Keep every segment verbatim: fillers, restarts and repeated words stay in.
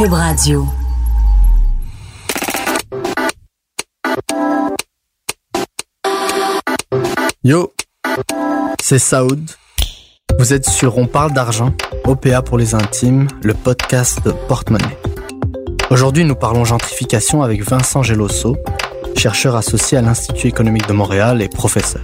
Cube Radio. Yo, c'est Saoud. Vous êtes sur On parle d'argent, O P A pour les intimes, le podcast de Porte-Monnaie. Aujourd'hui, nous parlons gentrification avec Vincent Geloso, chercheur associé à l'Institut économique de Montréal et professeur.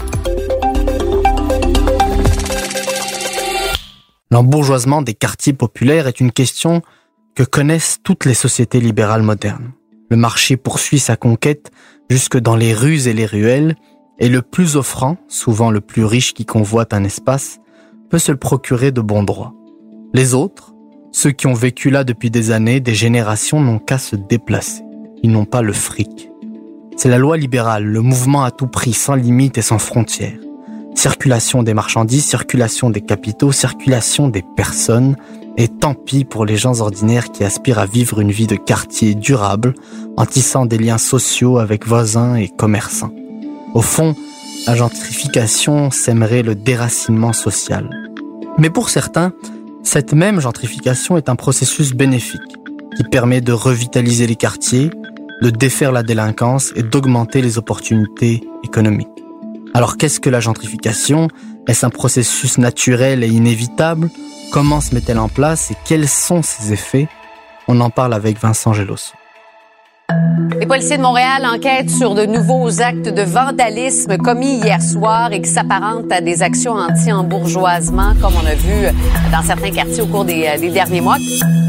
L'embourgeoisement des quartiers populaires est une question que connaissent toutes les sociétés libérales modernes. Le marché poursuit sa conquête jusque dans les rues et les ruelles, et le plus offrant, souvent le plus riche qui convoite un espace, peut se le procurer de bon droit. Les autres, ceux qui ont vécu là depuis des années, des générations, n'ont qu'à se déplacer. Ils n'ont pas le fric. C'est la loi libérale, le mouvement à tout prix, sans limite et sans frontières. Circulation des marchandises, circulation des capitaux, circulation des personnes, et tant pis pour les gens ordinaires qui aspirent à vivre une vie de quartier durable, en tissant des liens sociaux avec voisins et commerçants. Au fond, la gentrification sèmerait le déracinement social. Mais pour certains, cette même gentrification est un processus bénéfique qui permet de revitaliser les quartiers, de défaire la délinquance et d'augmenter les opportunités économiques. Alors qu'est-ce que la gentrification? Est-ce un processus naturel et inévitable? Comment se met-elle en place et quels sont ses effets? On en parle avec Vincent Geloso. Les policiers de Montréal enquêtent sur de nouveaux actes de vandalisme commis hier soir et qui s'apparentent à des actions anti-embourgeoisement, comme on a vu dans certains quartiers au cours des, des derniers mois.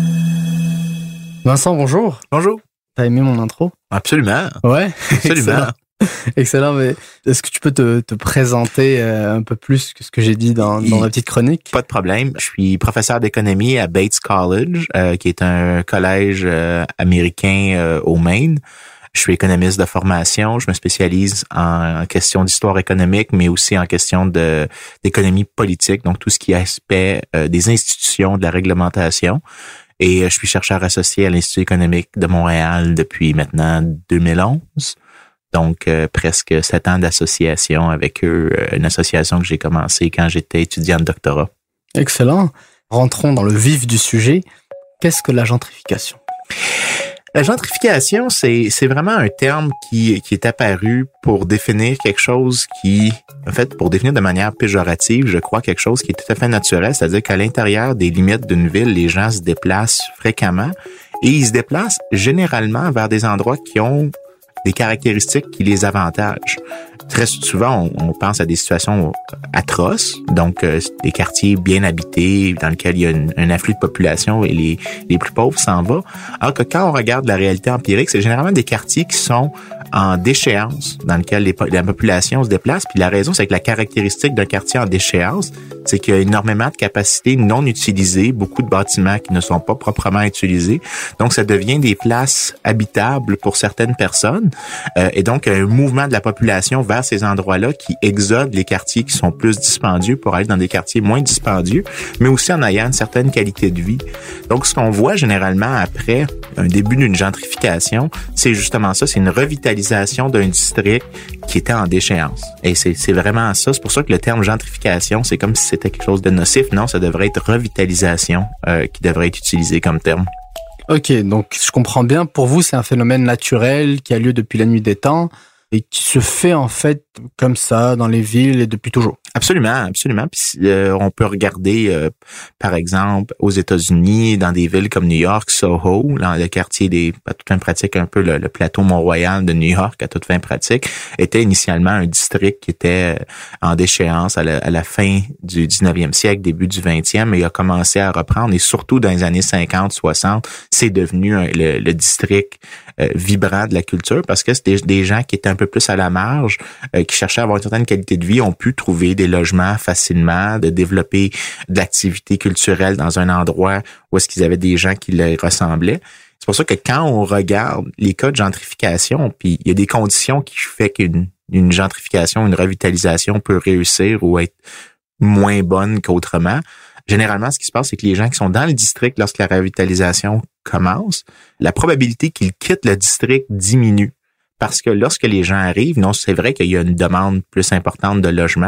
Vincent, bonjour. Bonjour. T'as aimé mon intro? Absolument. Ouais. Absolument. Excellent. Excellent, mais est-ce que tu peux te, te présenter euh, un peu plus que ce que j'ai dit dans, dans ma petite chronique? Pas de problème. Je suis professeur d'économie à Bates College, euh, qui est un collège euh, américain euh, au Maine. Je suis économiste de formation. Je me spécialise en, en questions d'histoire économique, mais aussi en questions de d'économie politique, donc tout ce qui est aspect euh, des institutions, de la réglementation. Et euh, je suis chercheur associé à l'Institut économique de Montréal depuis maintenant deux mille onze. Donc, euh, presque sept ans d'association avec eux, euh, une association que j'ai commencée quand j'étais étudiant de doctorat. Excellent. Rentrons dans le vif du sujet. Qu'est-ce que la gentrification? La gentrification, c'est c'est vraiment un terme qui qui est apparu pour définir quelque chose qui, en fait, pour définir de manière péjorative, je crois, quelque chose qui est tout à fait naturel, c'est-à-dire qu'à l'intérieur des limites d'une ville, les gens se déplacent fréquemment et ils se déplacent généralement vers des endroits qui ont des caractéristiques qui les avantagent. Très souvent, on, on pense à des situations atroces, donc euh, des quartiers bien habités dans lesquels il y a une, un afflux de population et les, les plus pauvres s'en vont. Alors que quand on regarde la réalité empirique, c'est généralement des quartiers qui sont en déchéance, dans lesquels les, la population se déplace. Puis la raison, c'est que la caractéristique d'un quartier en déchéance, c'est qu'il y a énormément de capacités non utilisées, beaucoup de bâtiments qui ne sont pas proprement utilisés. Donc, ça devient des places habitables pour certaines personnes. Euh, et donc, un mouvement de la population vers ces endroits-là qui exode les quartiers qui sont plus dispendieux pour aller dans des quartiers moins dispendieux, mais aussi en ayant une certaine qualité de vie. Donc, ce qu'on voit généralement après un début d'une gentrification, c'est justement ça, c'est une revitalisation d'un district qui était en déchéance. Et c'est, c'est vraiment ça. C'est pour ça que le terme gentrification, c'est comme si c'était quelque chose de nocif. Non, ça devrait être revitalisation euh, qui devrait être utilisé comme terme. Ok, donc je comprends bien. Pour vous, c'est un phénomène naturel qui a lieu depuis la nuit des temps et qui se fait en fait comme ça dans les villes et depuis toujours. Absolument, absolument. Puis euh, on peut regarder, euh, par exemple, aux États-Unis, dans des villes comme New York, Soho, dans le quartier des, à toute fin pratique, un peu le, le plateau Mont-Royal de New York, à toute fin pratique, était initialement un district qui était en déchéance à la, à la fin du dix-neuvième siècle, début du vingtième, et a commencé à reprendre. Et surtout dans les années cinquante, soixante, c'est devenu un, le, le district euh, vibrant de la culture parce que c'était des gens qui étaient un peu plus à la marge, euh, qui cherchaient à avoir une certaine qualité de vie, ont pu trouver des logements facilement, de développer de l'activité culturelle dans un endroit où est-ce qu'ils avaient des gens qui leur ressemblaient. C'est pour ça que quand on regarde les cas de gentrification, puis il y a des conditions qui font qu'une une gentrification, une revitalisation peut réussir ou être moins bonne qu'autrement. Généralement, ce qui se passe, c'est que les gens qui sont dans le district lorsque la revitalisation commence, la probabilité qu'ils quittent le district diminue. Parce que lorsque les gens arrivent, non, c'est vrai qu'il y a une demande plus importante de logement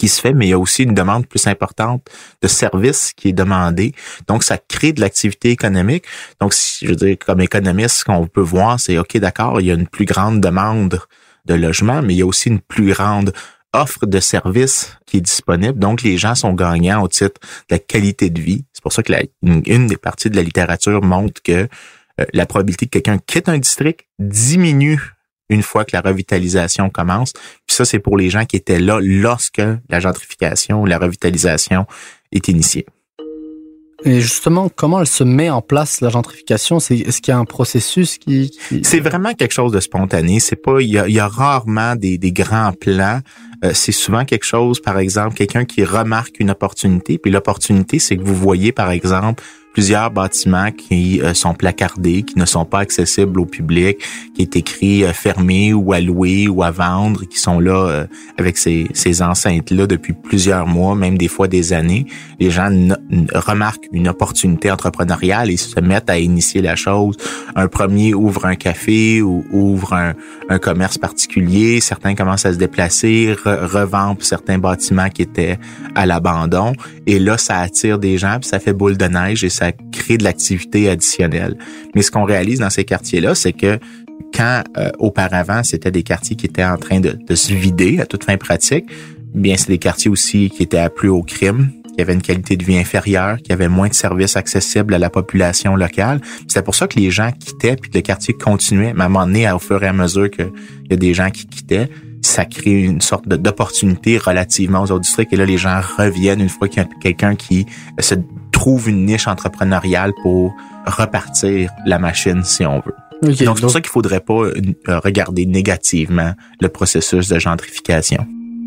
qui se fait, mais il y a aussi une demande plus importante de services qui est demandée. Donc, ça crée de l'activité économique. Donc, si, je veux dire, comme économiste, ce qu'on peut voir, c'est, OK, d'accord, il y a une plus grande demande de logement, mais il y a aussi une plus grande offre de services qui est disponible. Donc, les gens sont gagnants au titre de la qualité de vie. C'est pour ça que la, une, une des parties de la littérature montre que euh, la probabilité que quelqu'un quitte un district diminue une fois que la revitalisation commence. Puis ça, c'est pour les gens qui étaient là lorsque la gentrification ou la revitalisation est initiée. Et justement, comment elle se met en place, la gentrification? C'est, est-ce qu'il y a un processus qui... qui... C'est vraiment quelque chose de spontané. C'est pas, il y a, il y a rarement des, des grands plans. Euh, c'est souvent quelque chose, par exemple, quelqu'un qui remarque une opportunité. Puis l'opportunité, c'est que vous voyez, par exemple, plusieurs bâtiments qui euh, sont placardés, qui ne sont pas accessibles au public, qui est écrit euh, fermé ou à louer ou à vendre, qui sont là euh, avec ces, ces enceintes-là depuis plusieurs mois, même des fois des années. Les gens n- n- remarquent une opportunité entrepreneuriale et se mettent à initier la chose. Un premier ouvre un café ou ouvre un, un commerce particulier. Certains commencent à se déplacer, re- revampent certains bâtiments qui étaient à l'abandon. Et là, ça attire des gens, puis ça fait boule de neige et ça ça crée de l'activité additionnelle. Mais ce qu'on réalise dans ces quartiers-là, c'est que quand euh, auparavant, c'était des quartiers qui étaient en train de, de se vider à toute fin pratique, bien c'est des quartiers aussi qui étaient à plus haut crime, qui avaient une qualité de vie inférieure, qui avaient moins de services accessibles à la population locale. C'était pour ça que les gens quittaient, puis le quartier continuait. Mais à un moment donné, au fur et à mesure qu'il y a des gens qui quittaient, ça crée une sorte de, d'opportunité relativement aux autres districts. Et là, les gens reviennent une fois qu'il y a quelqu'un qui se trouve une niche entrepreneuriale pour repartir la machine, si on veut. Okay, donc, c'est pour donc... ça qu'il faudrait pas euh, regarder négativement le processus de gentrification.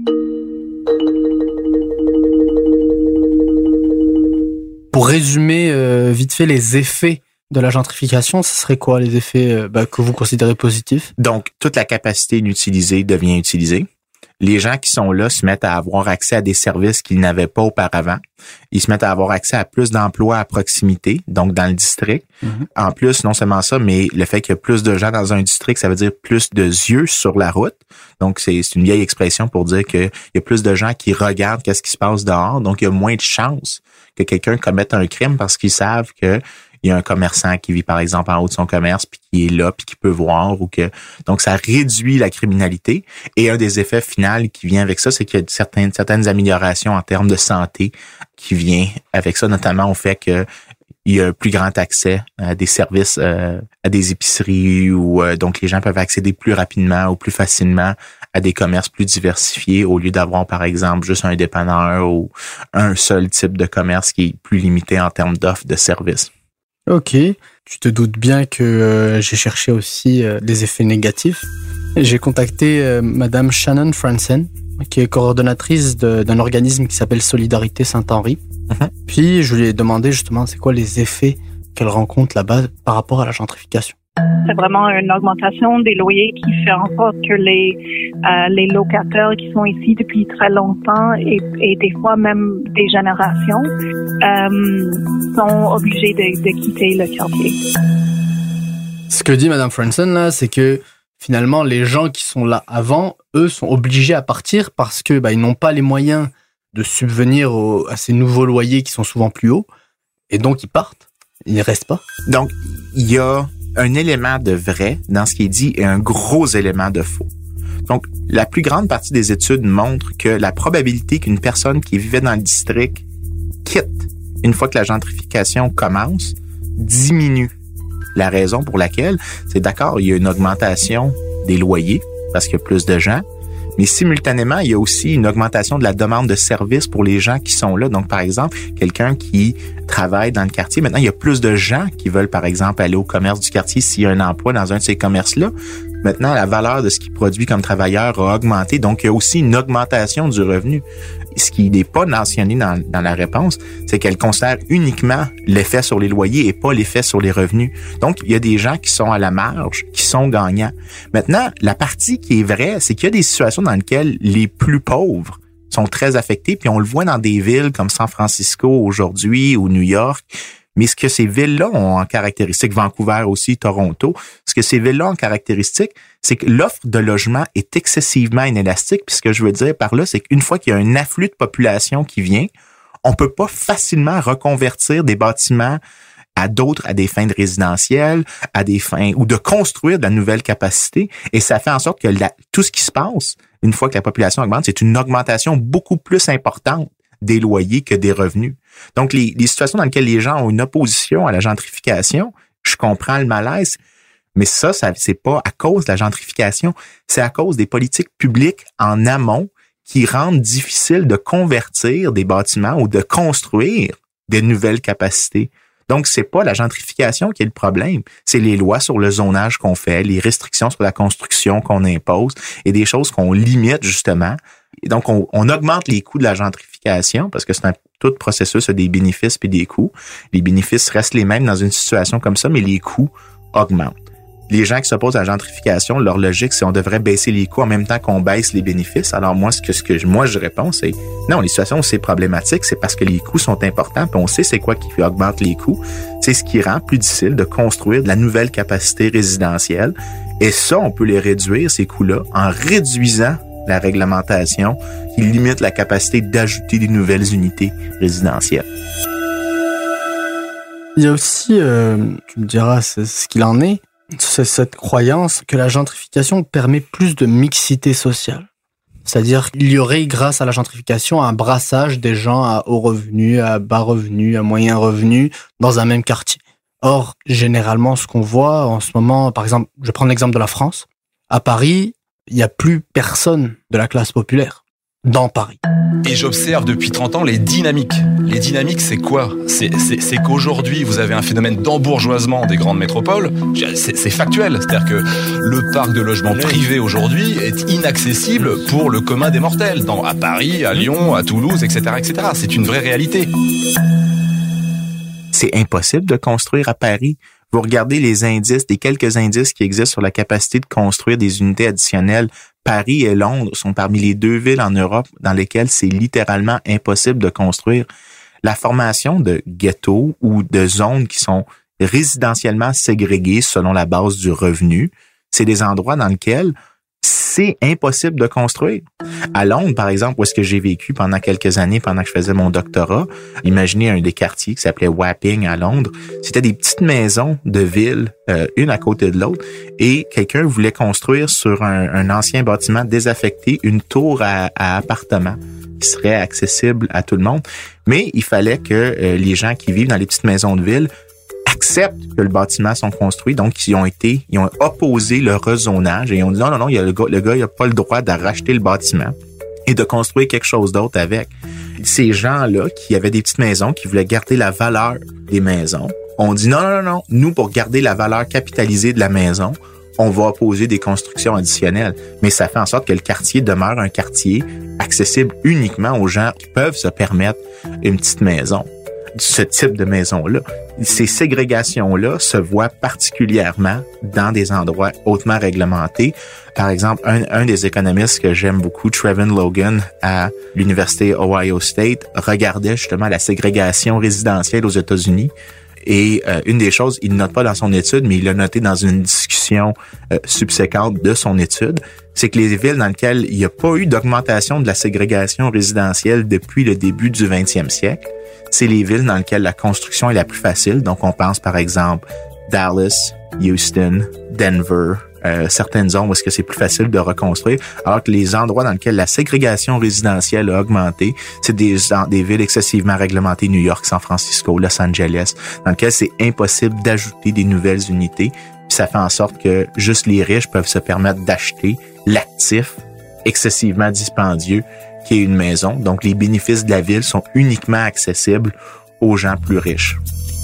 Pour résumer euh, vite fait les effets de la gentrification, ce serait quoi les effets euh, bah, que vous considérez positifs? Donc, toute la capacité inutilisée devient utilisée. Les gens qui sont là se mettent à avoir accès à des services qu'ils n'avaient pas auparavant. Ils se mettent à avoir accès à plus d'emplois à proximité, donc dans le district. Mm-hmm. En plus, non seulement ça, mais le fait qu'il y a plus de gens dans un district, ça veut dire plus de yeux sur la route. Donc, c'est, c'est une vieille expression pour dire qu'il y a plus de gens qui regardent qu'est-ce qui se passe dehors. Donc, il y a moins de chances que quelqu'un commette un crime parce qu'ils savent que il y a un commerçant qui vit, par exemple, en haut de son commerce, puis qui est là, puis qui peut voir. ou que Donc, ça réduit la criminalité. Et un des effets finaux qui vient avec ça, c'est qu'il y a certaines, certaines améliorations en termes de santé qui vient avec ça, notamment au fait que il y a un plus grand accès à des services, euh, à des épiceries, où euh, donc les gens peuvent accéder plus rapidement ou plus facilement à des commerces plus diversifiés au lieu d'avoir, par exemple, juste un dépanneur ou un seul type de commerce qui est plus limité en termes d'offres de services. Ok, tu te doutes bien que euh, j'ai cherché aussi euh, des effets négatifs. J'ai contacté euh, Madame Shannon Franzen, qui est coordonnatrice de, d'un organisme qui s'appelle Solidarité Saint-Henri. Mm-hmm. Puis je lui ai demandé justement c'est quoi les effets qu'elle rencontre là-bas par rapport à la gentrification. C'est vraiment une augmentation des loyers qui fait en sorte que les euh, les locataires qui sont ici depuis très longtemps et, et des fois même des générations euh, sont obligés de, de quitter le quartier. Ce que dit Madame Franzen là, c'est que finalement les gens qui sont là avant, eux, sont obligés à partir parce que bah ils n'ont pas les moyens de subvenir au, à ces nouveaux loyers qui sont souvent plus hauts, et donc ils partent, ils ne restent pas. Donc il y a un élément de vrai dans ce qui est dit et un gros élément de faux. Donc, la plus grande partie des études montrent que la probabilité qu'une personne qui vivait dans le district quitte une fois que la gentrification commence diminue. La raison pour laquelle, c'est d'accord, il y a une augmentation des loyers parce qu'il y a plus de gens, mais simultanément, il y a aussi une augmentation de la demande de services pour les gens qui sont là. Donc, par exemple, quelqu'un qui travaille dans le quartier, maintenant, il y a plus de gens qui veulent, par exemple, aller au commerce du quartier s'il y a un emploi dans un de ces commerces-là. Maintenant, la valeur de ce qu'il produit comme travailleur a augmenté. Donc, il y a aussi une augmentation du revenu. Ce qui n'est pas mentionné dans, dans la réponse, c'est qu'elle considère uniquement l'effet sur les loyers et pas l'effet sur les revenus. Donc, il y a des gens qui sont à la marge, qui sont gagnants. Maintenant, la partie qui est vraie, c'est qu'il y a des situations dans lesquelles les plus pauvres sont très affectés, puis on le voit dans des villes comme San Francisco aujourd'hui ou New York, Mais ce que ces villes-là ont en caractéristique, Vancouver aussi, Toronto, ce que ces villes-là ont en caractéristique, c'est que l'offre de logement est excessivement inélastique. Puis ce que je veux dire par là, c'est qu'une fois qu'il y a un afflux de population qui vient, on peut pas facilement reconvertir des bâtiments à d'autres, à des fins de résidentiel, à des fins, ou de construire de la nouvelle capacité. Et ça fait en sorte que la, tout ce qui se passe, une fois que la population augmente, c'est une augmentation beaucoup plus importante des loyers que des revenus. Donc, les, les situations dans lesquelles les gens ont une opposition à la gentrification, je comprends le malaise, mais ça, ça c'est pas à cause de la gentrification, c'est à cause des politiques publiques en amont qui rendent difficile de convertir des bâtiments ou de construire des nouvelles capacités. Donc, c'est pas la gentrification qui est le problème, c'est les lois sur le zonage qu'on fait, les restrictions sur la construction qu'on impose et des choses qu'on limite justement. Et donc, on, on augmente les coûts de la gentrification parce que c'est un tout processus a des bénéfices puis des coûts. Les bénéfices restent les mêmes dans une situation comme ça, mais les coûts augmentent. Les gens qui s'opposent à la gentrification, leur logique, c'est on devrait baisser les coûts en même temps qu'on baisse les bénéfices. Alors moi, ce que, ce que moi je réponds, c'est non, les situations où c'est problématique, c'est parce que les coûts sont importants, puis on sait c'est quoi qui augmente les coûts. C'est ce qui rend plus difficile de construire de la nouvelle capacité résidentielle. Et ça, on peut les réduire, ces coûts-là, en réduisant la réglementation qui limite la capacité d'ajouter des nouvelles unités résidentielles. Il y a aussi, euh, tu me diras c'est ce qu'il en est, c'est cette croyance que la gentrification permet plus de mixité sociale. C'est-à-dire qu'il y aurait, grâce à la gentrification, un brassage des gens à haut revenu, à bas revenu, à moyen revenu, dans un même quartier. Or, généralement, ce qu'on voit en ce moment, par exemple, je prends l'exemple de la France, à Paris, il n'y a plus personne de la classe populaire dans Paris. Et j'observe depuis trente ans les dynamiques. Les dynamiques, c'est quoi ? C'est, c'est, c'est qu'aujourd'hui, vous avez un phénomène d'embourgeoisement des grandes métropoles. C'est, c'est factuel. C'est-à-dire que le parc de logements privés aujourd'hui est inaccessible pour le commun des mortels. Dans, à Paris, à Lyon, à Toulouse, et cetera, et cetera. C'est une vraie réalité. C'est impossible de construire à Paris. Vous regardez les indices, des quelques indices qui existent sur la capacité de construire des unités additionnelles. Paris et Londres sont parmi les deux villes en Europe dans lesquelles c'est littéralement impossible de construire. La formation de ghettos ou de zones qui sont résidentiellement ségrégées selon la base du revenu, c'est des endroits dans lesquels c'est impossible de construire. À Londres, par exemple, où est-ce que j'ai vécu pendant quelques années, pendant que je faisais mon doctorat, imaginez un des quartiers qui s'appelait Wapping à Londres. C'était des petites maisons de ville, euh, une à côté de l'autre, et quelqu'un voulait construire sur un, un ancien bâtiment désaffecté une tour à, à appartements qui serait accessible à tout le monde. Mais il fallait que euh, les gens qui vivent dans les petites maisons de ville acceptent que le bâtiment sont construits, donc ils ont été, ils ont opposé le rezonage et ils ont dit non, non, non, il y a le gars, le gars, il a pas le droit de racheter le bâtiment et de construire quelque chose d'autre avec. Ces gens-là qui avaient des petites maisons, qui voulaient garder la valeur des maisons, ont dit non, non, non, non, nous, pour garder la valeur capitalisée de la maison, on va opposer des constructions additionnelles. Mais ça fait en sorte que le quartier demeure un quartier accessible uniquement aux gens qui peuvent se permettre une petite maison. Ce type de maison-là. Ces ségrégations-là se voient particulièrement dans des endroits hautement réglementés. Par exemple, un, un des économistes que j'aime beaucoup, Trevin Logan, à l'Université Ohio State, regardait justement la ségrégation résidentielle aux États-Unis. Et euh, une des choses, il ne note pas dans son étude, mais il l'a noté dans une discussion euh, subséquente de son étude, c'est que les villes dans lesquelles il n'y a pas eu d'augmentation de la ségrégation résidentielle depuis le début du vingtième siècle, c'est les villes dans lesquelles la construction est la plus facile. Donc, on pense par exemple Dallas, Houston, Denver, euh, certaines zones où est-ce que c'est plus facile de reconstruire, alors que les endroits dans lesquels la ségrégation résidentielle a augmenté, c'est des, des villes excessivement réglementées, New York, San Francisco, Los Angeles, dans lesquelles c'est impossible d'ajouter des nouvelles unités. Puis ça fait en sorte que juste les riches peuvent se permettre d'acheter l'actif excessivement dispendieux qui est une maison. Donc, les bénéfices de la ville sont uniquement accessibles aux gens plus riches.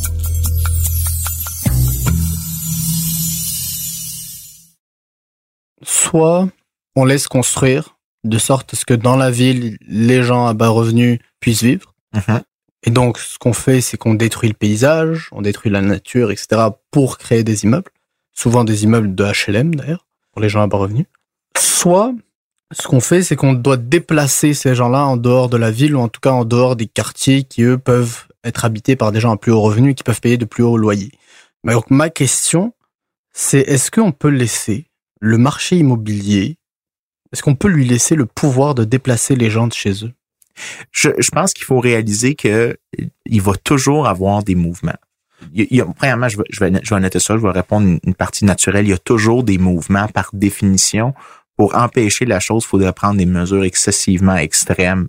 Soit on laisse construire, de sorte à ce que dans la ville, les gens à bas revenus puissent vivre. Mm-hmm. Et donc, ce qu'on fait, c'est qu'on détruit le paysage, on détruit la nature, et cetera pour créer des immeubles. Souvent des immeubles de H L M, d'ailleurs, pour les gens à bas revenus. Soit ce qu'on fait, c'est qu'on doit déplacer ces gens-là en dehors de la ville ou en tout cas en dehors des quartiers qui, eux, peuvent être habitées par des gens à plus haut revenu qui peuvent payer de plus hauts loyers. Donc ma question, c'est est-ce qu'on peut laisser le marché immobilier, est-ce qu'on peut lui laisser le pouvoir de déplacer les gens de chez eux? Je, je pense qu'il faut réaliser que il va toujours avoir des mouvements. Il y a, premièrement, je vais, je vais, je vais noter ça, je vais répondre une, une partie naturelle. Il y a toujours des mouvements par définition. Pour empêcher la chose, il faudrait prendre des mesures excessivement extrêmes.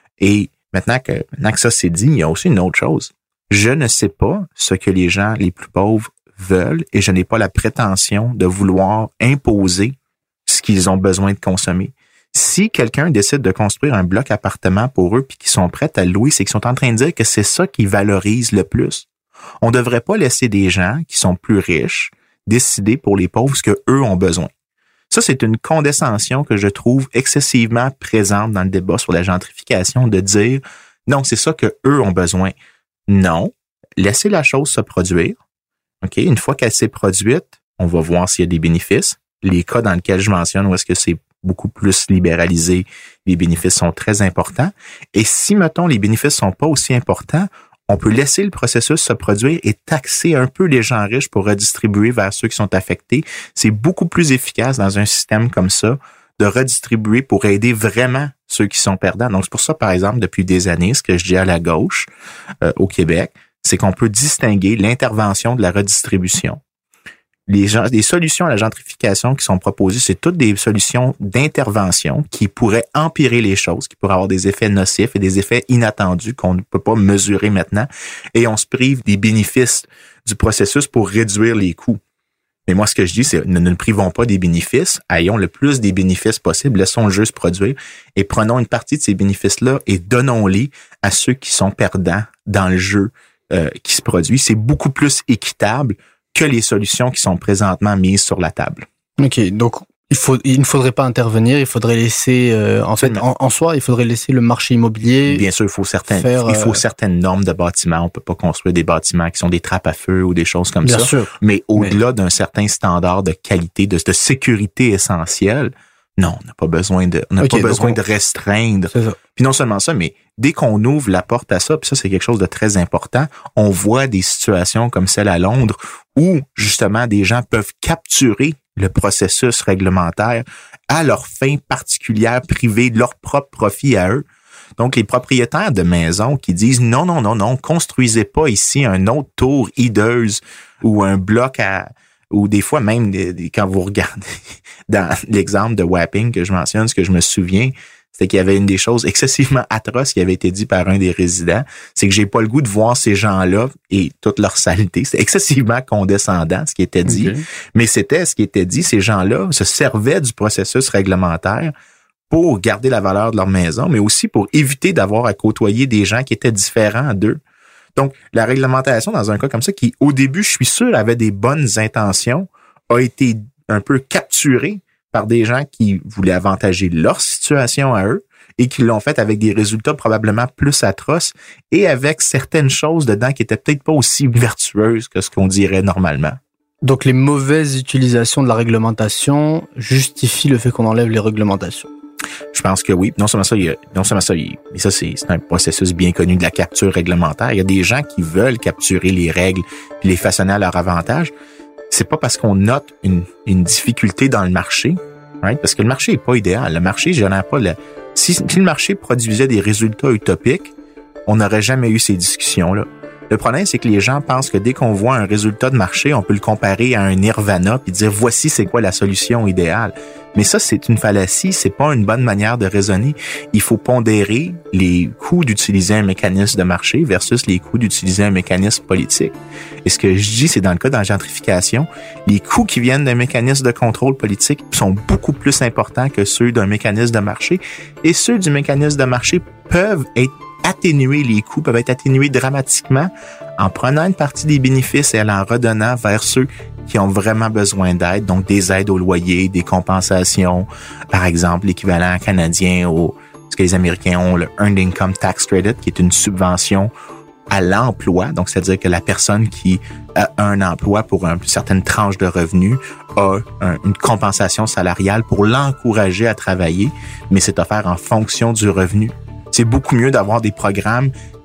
Et maintenant que, maintenant que ça c'est dit, il y a aussi une autre chose. Je ne sais pas ce que les gens les plus pauvres veulent et je n'ai pas la prétention de vouloir imposer ce qu'ils ont besoin de consommer. Si quelqu'un décide de construire un bloc appartement pour eux puis qu'ils sont prêts à le louer, c'est qu'ils sont en train de dire que c'est ça qui valorise le plus. On ne devrait pas laisser des gens qui sont plus riches décider pour les pauvres ce qu'eux ont besoin. Ça, c'est une condescension que je trouve excessivement présente dans le débat sur la gentrification, de dire non, c'est ça que eux ont besoin. Non, laissez la chose se produire. OK, une fois qu'elle s'est produite, on va voir s'il y a des bénéfices. Les cas dans lesquels je mentionne où est-ce que c'est beaucoup plus libéralisé, les bénéfices sont très importants. Et si, mettons, les bénéfices sont pas aussi importants, on peut laisser le processus se produire et taxer un peu les gens riches pour redistribuer vers ceux qui sont affectés. C'est beaucoup plus efficace dans un système comme ça de redistribuer pour aider vraiment ceux qui sont perdants. Donc, c'est pour ça, par exemple, depuis des années, ce que je dis à la gauche euh, au Québec, c'est qu'on peut distinguer l'intervention de la redistribution. Les, gens, les solutions à la gentrification qui sont proposées, c'est toutes des solutions d'intervention qui pourraient empirer les choses, qui pourraient avoir des effets nocifs et des effets inattendus qu'on ne peut pas mesurer maintenant. Et on se prive des bénéfices du processus pour réduire les coûts. Mais moi, ce que je dis, c'est ne nous privons pas des bénéfices, ayons le plus des bénéfices possible, laissons le jeu se produire et prenons une partie de ces bénéfices-là et donnons-les à ceux qui sont perdants dans le jeu euh, qui se produit. C'est beaucoup plus équitable que les solutions qui sont présentement mises sur la table. OK, donc il faut il ne faudrait pas intervenir, il faudrait laisser euh, en fait en, en soi, il faudrait laisser le marché immobilier. Bien sûr, il faut certaines faire, il faut euh, certaines normes de bâtiments, on peut pas construire des bâtiments qui sont des trappes à feu ou des choses comme bien ça. sûr. Mais au-delà Mais... d'un certain standard de qualité, de, de sécurité essentielle, non, on n'a pas besoin de on n'a okay, pas besoin on... de restreindre. C'est ça. Puis non seulement ça, mais dès qu'on ouvre la porte à ça, puis ça c'est quelque chose de très important, on voit des situations comme celle à Londres où justement des gens peuvent capturer le processus réglementaire à leur fin particulière privée, de leur propre profit à eux. Donc, les propriétaires de maisons qui disent non, non, non, non, construisez pas ici un autre tour hideuse ou un bloc à... ou des fois même, quand vous regardez dans l'exemple de Wapping que je mentionne, ce que je me souviens, c'est qu'il y avait une des choses excessivement atroces qui avait été dit par un des résidents, c'est que j'ai pas le goût de voir ces gens-là et toute leur saleté. C'était excessivement condescendant, ce qui était dit. Okay. Mais c'était ce qui était dit. Ces gens-là se servaient du processus réglementaire pour garder la valeur de leur maison, mais aussi pour éviter d'avoir à côtoyer des gens qui étaient différents d'eux. Donc, la réglementation dans un cas comme ça, qui au début, je suis sûr, avait des bonnes intentions, a été un peu capturée par des gens qui voulaient avantager leur situation à eux et qui l'ont fait avec des résultats probablement plus atroces et avec certaines choses dedans qui étaient peut-être pas aussi vertueuses que ce qu'on dirait normalement. Donc les mauvaises utilisations de la réglementation justifient le fait qu'on enlève les réglementations. Je pense que oui. Non seulement ça, il y a, non seulement ça, il, mais ça c'est, c'est un processus bien connu de la capture réglementaire. Il y a des gens qui veulent capturer les règles et les façonner à leur avantage. C'est pas parce qu'on note une, une difficulté dans le marché, right? Parce que le marché est pas idéal. Le marché génère pas le, si, si le marché produisait des résultats utopiques, on n'aurait jamais eu ces discussions-là. Le problème, c'est que les gens pensent que dès qu'on voit un résultat de marché, on peut le comparer à un nirvana puis dire voici c'est quoi la solution idéale. Mais ça, c'est une fallacie, c'est pas une bonne manière de raisonner. Il faut pondérer les coûts d'utiliser un mécanisme de marché versus les coûts d'utiliser un mécanisme politique. Et ce que je dis, c'est dans le cas de la gentrification, les coûts qui viennent d'un mécanisme de contrôle politique sont beaucoup plus importants que ceux d'un mécanisme de marché. Et ceux du mécanisme de marché peuvent être atténuer les coûts, peuvent être atténués dramatiquement en prenant une partie des bénéfices et en en redonnant vers ceux qui ont vraiment besoin d'aide, donc des aides au loyer, des compensations, par exemple l'équivalent canadien au ce que les Américains ont, le Earned Income Tax Credit, qui est une subvention à l'emploi, donc c'est-à-dire que la personne qui a un emploi pour une certaine tranche de revenus a un, une compensation salariale pour l'encourager à travailler, mais c'est offert en fonction du revenu. C'est beaucoup mieux d'avoir des programmes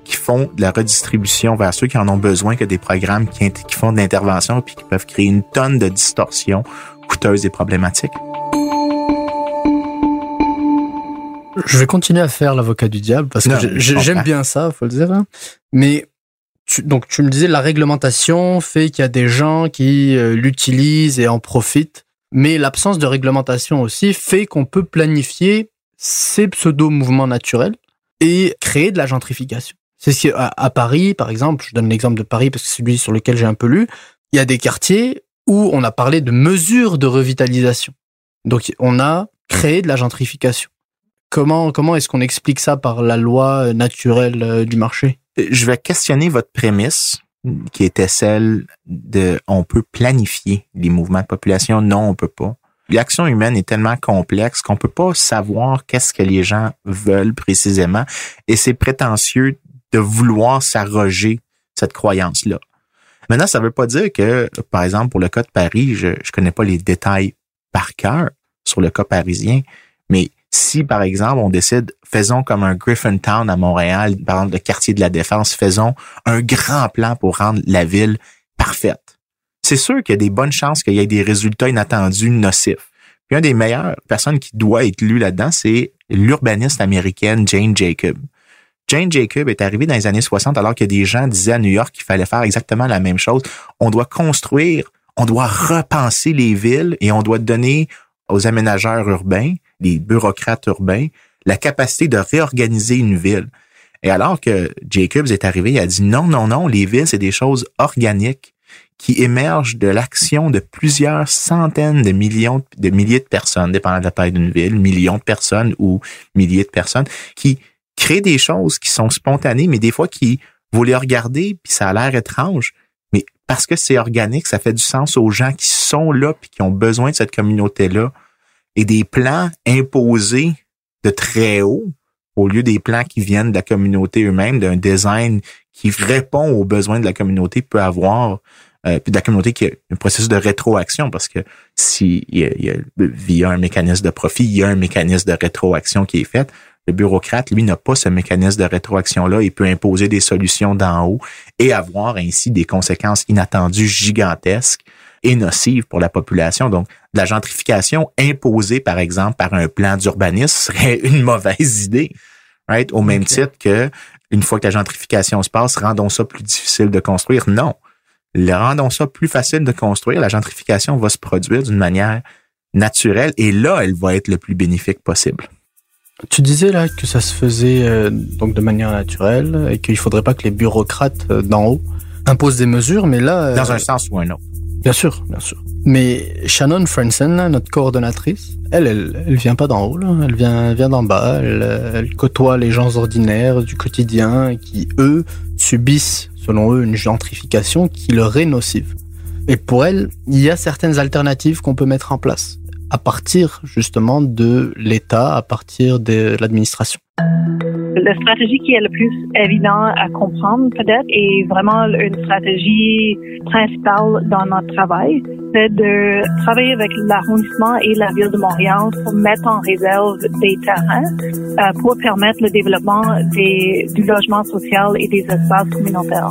qui font de la redistribution vers ceux qui en ont besoin que des programmes qui, qui font de l'intervention puis qui peuvent créer une tonne de distorsions coûteuses et problématiques. Je vais continuer à faire l'avocat du diable parce que non, je, j'aime bien ça, faut le dire. Hein. Mais tu, donc tu me disais la réglementation fait qu'il y a des gens qui euh, l'utilisent et en profitent, mais l'absence de réglementation aussi fait qu'on peut planifier ces pseudo-mouvements naturels et créer de la gentrification. C'est ce qu'à à Paris, par exemple, je donne l'exemple de Paris parce que c'est celui sur lequel j'ai un peu lu, il y a des quartiers où on a parlé de mesures de revitalisation. Donc on a créé de la gentrification. Comment, comment est-ce qu'on explique ça par la loi naturelle du marché? Je vais questionner votre prémisse, qui était celle de on peut planifier les mouvements de population. Non, on peut pas. L'action humaine est tellement complexe qu'on peut pas savoir qu'est-ce que les gens veulent précisément, et c'est prétentieux de vouloir s'arroger cette croyance-là. Maintenant, ça veut pas dire que, par exemple, pour le cas de Paris, je, je connais pas les détails par cœur sur le cas parisien, mais si, par exemple, on décide, faisons comme un Griffintown à Montréal, par exemple, le quartier de la Défense, faisons un grand plan pour rendre la ville parfaite. C'est sûr qu'il y a des bonnes chances qu'il y ait des résultats inattendus nocifs. Puis, une des meilleures personnes qui doit être lue là-dedans, c'est l'urbaniste américaine Jane Jacob. Jane Jacob est arrivée dans les années soixante alors que des gens disaient à New York qu'il fallait faire exactement la même chose. On doit construire, on doit repenser les villes et on doit donner aux aménageurs urbains, les bureaucrates urbains, la capacité de réorganiser une ville. Et alors que Jacobs est arrivé, il a dit non, non, non, les villes, c'est des choses organiques qui émergent de l'action de plusieurs centaines de millions, de milliers de personnes, dépendant de la taille d'une ville, millions de personnes ou milliers de personnes, qui créent des choses qui sont spontanées, mais des fois qui, vous les regardez, puis ça a l'air étrange, mais parce que c'est organique, ça fait du sens aux gens qui sont là puis qui ont besoin de cette communauté-là. Et des plans imposés de très haut, au lieu des plans qui viennent de la communauté eux-mêmes, d'un design qui répond aux besoins de la communauté, peut avoir, euh, puis de la communauté qui a un processus de rétroaction, parce que si il y a, il y a, via un mécanisme de profit, il y a un mécanisme de rétroaction qui est fait. Le bureaucrate, lui, n'a pas ce mécanisme de rétroaction-là. Il peut imposer des solutions d'en haut et avoir ainsi des conséquences inattendues gigantesques et nocives pour la population. Donc, la gentrification imposée, par exemple, par un plan d'urbanisme serait une mauvaise idée, right? Au même okay. titre que, une fois que la gentrification se passe, rendons ça plus difficile de construire. Non. Le rendons ça plus facile de construire. La gentrification va se produire d'une manière naturelle et là, elle va être le plus bénéfique possible. Tu disais là que ça se faisait euh, donc de manière naturelle et qu'il faudrait pas que les bureaucrates euh, d'en haut imposent des mesures, mais là... Euh, Dans un sens ou un autre. Bien sûr, bien sûr. Mais Shannon Franzen, là, notre coordonnatrice, elle, elle, elle vient pas d'en haut, là. Elle vient, elle vient d'en bas. Elle, elle côtoie les gens ordinaires du quotidien qui, eux, subissent, selon eux, une gentrification qui leur est nocive. Et pour elle, il y a certaines alternatives qu'on peut mettre en place à partir, justement, de l'État, à partir de l'administration. La stratégie qui est le plus évidente à comprendre, peut-être, et vraiment une stratégie principale dans notre travail, c'est de travailler avec l'arrondissement et la ville de Montréal pour mettre en réserve des terrains euh, pour permettre le développement des, du logement social et des espaces communautaires.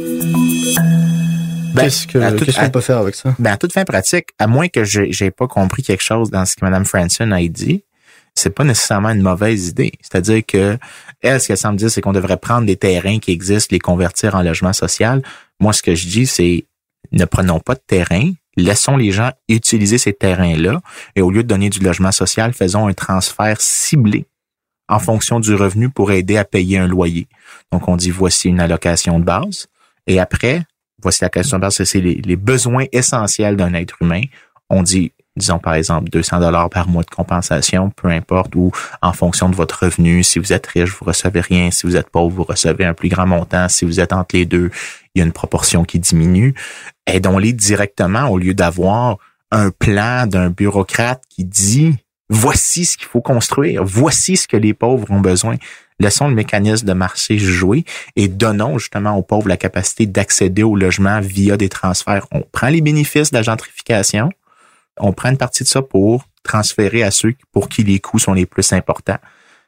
Ben, qu'est-ce que, toute, qu'est-ce qu'on à, peut faire avec ça? Ben, à toute fin pratique, à moins que j'ai, j'ai pas compris quelque chose dans ce que Mme Franson a dit, c'est pas nécessairement une mauvaise idée. C'est-à-dire que, elle, ce qu'elle semble dire, c'est qu'on devrait prendre des terrains qui existent, les convertir en logement social. Moi, ce que je dis, c'est ne prenons pas de terrain, laissons les gens utiliser ces terrains-là et au lieu de donner du logement social, faisons un transfert ciblé en fonction du revenu pour aider à payer un loyer. Donc, on dit, voici une allocation de base et après, voici la question de base, c'est les, les besoins essentiels d'un être humain. On dit, disons par exemple deux cents dollars par mois de compensation, peu importe, ou en fonction de votre revenu. Si vous êtes riche, vous recevez rien. Si vous êtes pauvre, vous recevez un plus grand montant. Si vous êtes entre les deux, il y a une proportion qui diminue. Aidons-les directement au lieu d'avoir un plan d'un bureaucrate qui dit « Voici ce qu'il faut construire. Voici ce que les pauvres ont besoin. » Laissons le mécanisme de marché jouer et donnons justement aux pauvres la capacité d'accéder au logement via des transferts. On prend les bénéfices de la gentrification, on prend une partie de ça pour transférer à ceux pour qui les coûts sont les plus importants.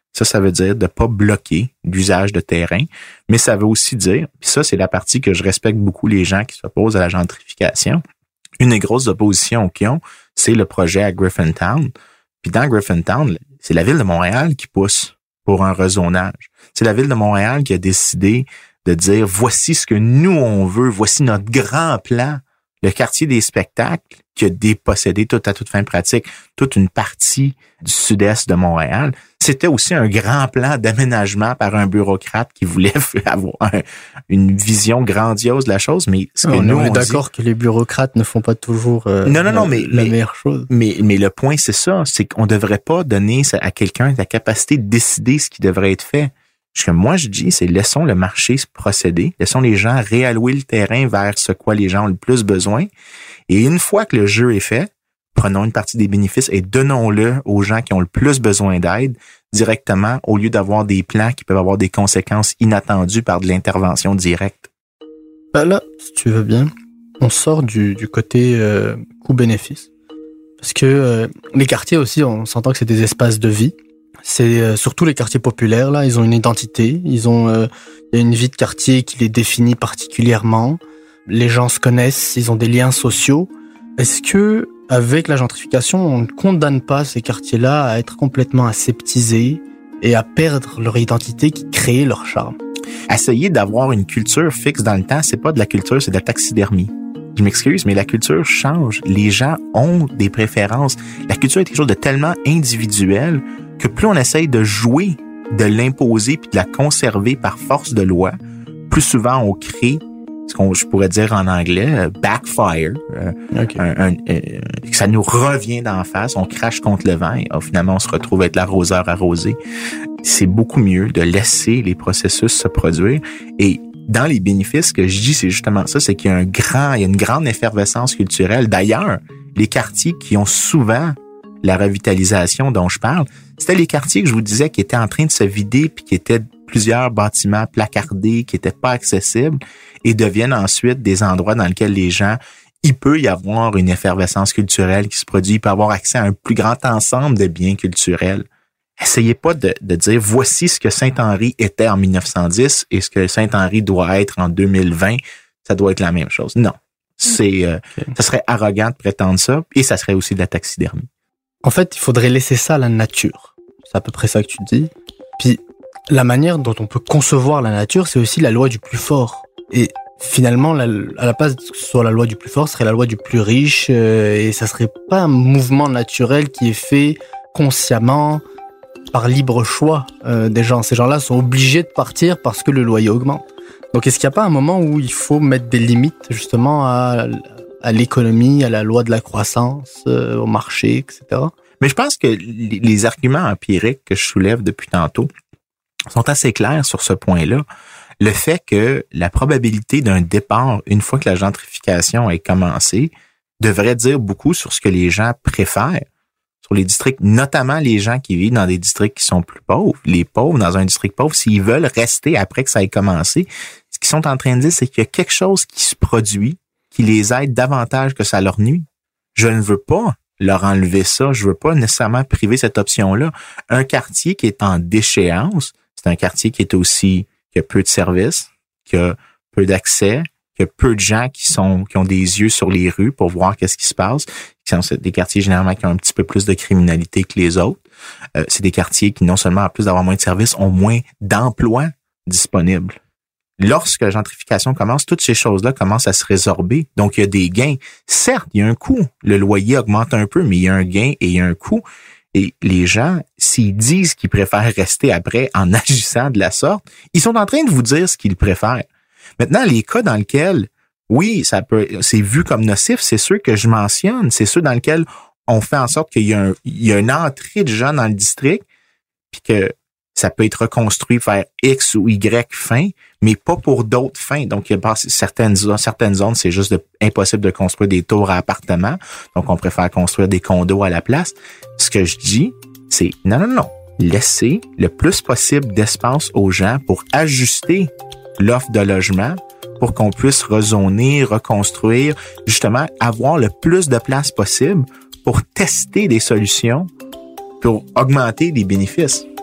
Ça, ça veut dire de pas bloquer l'usage de terrain, mais ça veut aussi dire, puis ça, c'est la partie que je respecte beaucoup les gens qui s'opposent à la gentrification. Une des grosses oppositions qu'ils ont, c'est le projet à Griffintown. Puis dans Griffintown, c'est la ville de Montréal qui pousse pour un rezonage. C'est la ville de Montréal qui a décidé de dire, voici ce que nous, on veut, voici notre grand plan. Le quartier des spectacles qui a dépossédé tout à toute fin pratique toute une partie du sud-est de Montréal. C'était aussi un grand plan d'aménagement par un bureaucrate qui voulait avoir un, une vision grandiose de la chose. Mais ce que on nous, est on d'accord dit, que les bureaucrates ne font pas toujours euh, non, non, non, la, mais, la mais, meilleure chose. Mais, mais le point, c'est ça. C'est qu'on devrait pas donner à quelqu'un la capacité de décider ce qui devrait être fait. Ce que moi, je dis, c'est laissons le marché se procéder. Laissons les gens réallouer le terrain vers ce quoi les gens ont le plus besoin. Et une fois que le jeu est fait, prenons une partie des bénéfices et donnons-le aux gens qui ont le plus besoin d'aide directement au lieu d'avoir des plans qui peuvent avoir des conséquences inattendues par de l'intervention directe. Ben là, si tu veux bien, on sort du, du côté euh, coût-bénéfice. Parce que euh, les quartiers aussi, on s'entend que c'est des espaces de vie. C'est euh, surtout les quartiers populaires, là, ils ont une identité, ils ont, euh, il y a une vie de quartier qui les définit particulièrement. Les gens se connaissent, ils ont des liens sociaux. Est-ce que, avec la gentrification, on ne condamne pas ces quartiers-là à être complètement aseptisés et à perdre leur identité qui crée leur charme? Essayer d'avoir une culture fixe dans le temps, c'est pas de la culture, c'est de la taxidermie. Je m'excuse, mais la culture change. Les gens ont des préférences. La culture est quelque chose de tellement individuel que plus on essaye de jouer, de l'imposer puis de la conserver par force de loi, plus souvent on crée ce qu'on je pourrais dire en anglais euh, backfire. Euh, okay. un, un, euh, ça nous revient d'en face, on crache contre le vent et oh, finalement on se retrouve être l'arroseur arrosé. C'est beaucoup mieux de laisser les processus se produire. Et dans les bénéfices que je dis, c'est justement ça, c'est qu'il y a un grand, il y a une grande effervescence culturelle. D'ailleurs, les quartiers qui ont souvent la revitalisation dont je parle, c'était les quartiers que je vous disais qui étaient en train de se vider puis qui étaient plusieurs bâtiments placardés, qui étaient pas accessibles et deviennent ensuite des endroits dans lesquels les gens, il peut y avoir une effervescence culturelle qui se produit, il peut avoir accès à un plus grand ensemble de biens culturels. Essayez pas de, de dire voici ce que Saint-Henri était en mille neuf cent dix et ce que Saint-Henri doit être en deux mille vingt, ça doit être la même chose. Non. C'est euh, okay. Ça serait arrogant de prétendre ça et ça serait aussi de la taxidermie. En fait, il faudrait laisser ça à la nature. C'est à peu près ça que tu dis. Puis, la manière dont on peut concevoir la nature, c'est aussi la loi du plus fort. Et finalement, la, à la place que ce soit la loi du plus fort, ce serait la loi du plus riche. Euh, et ça serait pas un mouvement naturel qui est fait consciemment, par libre choix euh, des gens. Ces gens-là sont obligés de partir parce que le loyer augmente. Donc, est-ce qu'il n'y a pas un moment où il faut mettre des limites, justement, à... à l'économie, à la loi de la croissance, euh, au marché, et cetera. Mais je pense que les, les arguments empiriques que je soulève depuis tantôt sont assez clairs sur ce point-là. Le fait que la probabilité d'un départ, une fois que la gentrification est commencée, devrait dire beaucoup sur ce que les gens préfèrent, sur les districts, notamment les gens qui vivent dans des districts qui sont plus pauvres. Les pauvres, dans un district pauvre, s'ils veulent rester après que ça ait commencé, ce qu'ils sont en train de dire, c'est qu'il y a quelque chose qui se produit qui les aide davantage que ça leur nuit. Je ne veux pas leur enlever ça. Je veux pas nécessairement priver cette option-là. Un quartier qui est en déchéance, c'est un quartier qui est aussi, qui a peu de services, qui a peu d'accès, qui a peu de gens qui sont, qui ont des yeux sur les rues pour voir qu'est-ce qui se passe. C'est des quartiers généralement qui ont un petit peu plus de criminalité que les autres. Euh, c'est des quartiers qui, non seulement en plus d'avoir moins de services, ont moins d'emplois disponibles. Lorsque la gentrification commence, toutes ces choses-là commencent à se résorber. Donc, il y a des gains. Certes, il y a un coût. Le loyer augmente un peu, mais il y a un gain et il y a un coût. Et les gens, s'ils disent qu'ils préfèrent rester après en agissant de la sorte, ils sont en train de vous dire ce qu'ils préfèrent. Maintenant, les cas dans lesquels, oui, ça peut, c'est vu comme nocif, c'est ceux que je mentionne. C'est ceux dans lesquels on fait en sorte qu'il y a, un, il y a une entrée de gens dans le district, puis que ça peut être reconstruit vers X ou Y fin, mais pas pour d'autres fins. Donc, il y a certaines, certaines zones, c'est juste de, impossible de construire des tours à appartements. Donc, on préfère construire des condos à la place. Ce que je dis, c'est non, non, non. Laissez le plus possible d'espace aux gens pour ajuster l'offre de logement pour qu'on puisse rezoner, reconstruire, justement, avoir le plus de place possible pour tester des solutions pour augmenter les bénéfices.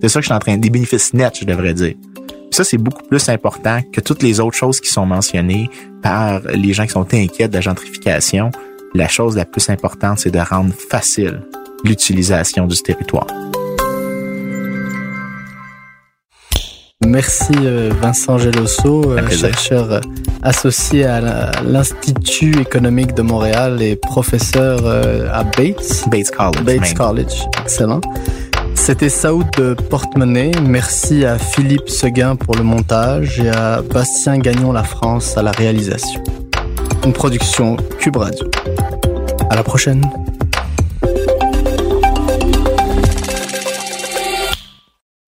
C'est ça que je suis en train, des bénéfices nets, je devrais dire. Puis ça, c'est beaucoup plus important que toutes les autres choses qui sont mentionnées par les gens qui sont inquiets de la gentrification. La chose la plus importante, c'est de rendre facile l'utilisation du territoire. Merci Vincent Geloso, chercheur associé à l'Institut économique de Montréal et professeur à Bates. Bates College. Bates même. College, excellent. C'était Saoud de Portemonnaie. Merci à Philippe Seguin pour le montage et à Bastien Gagnon-La France à la réalisation. Une production Cube Radio. À la prochaine.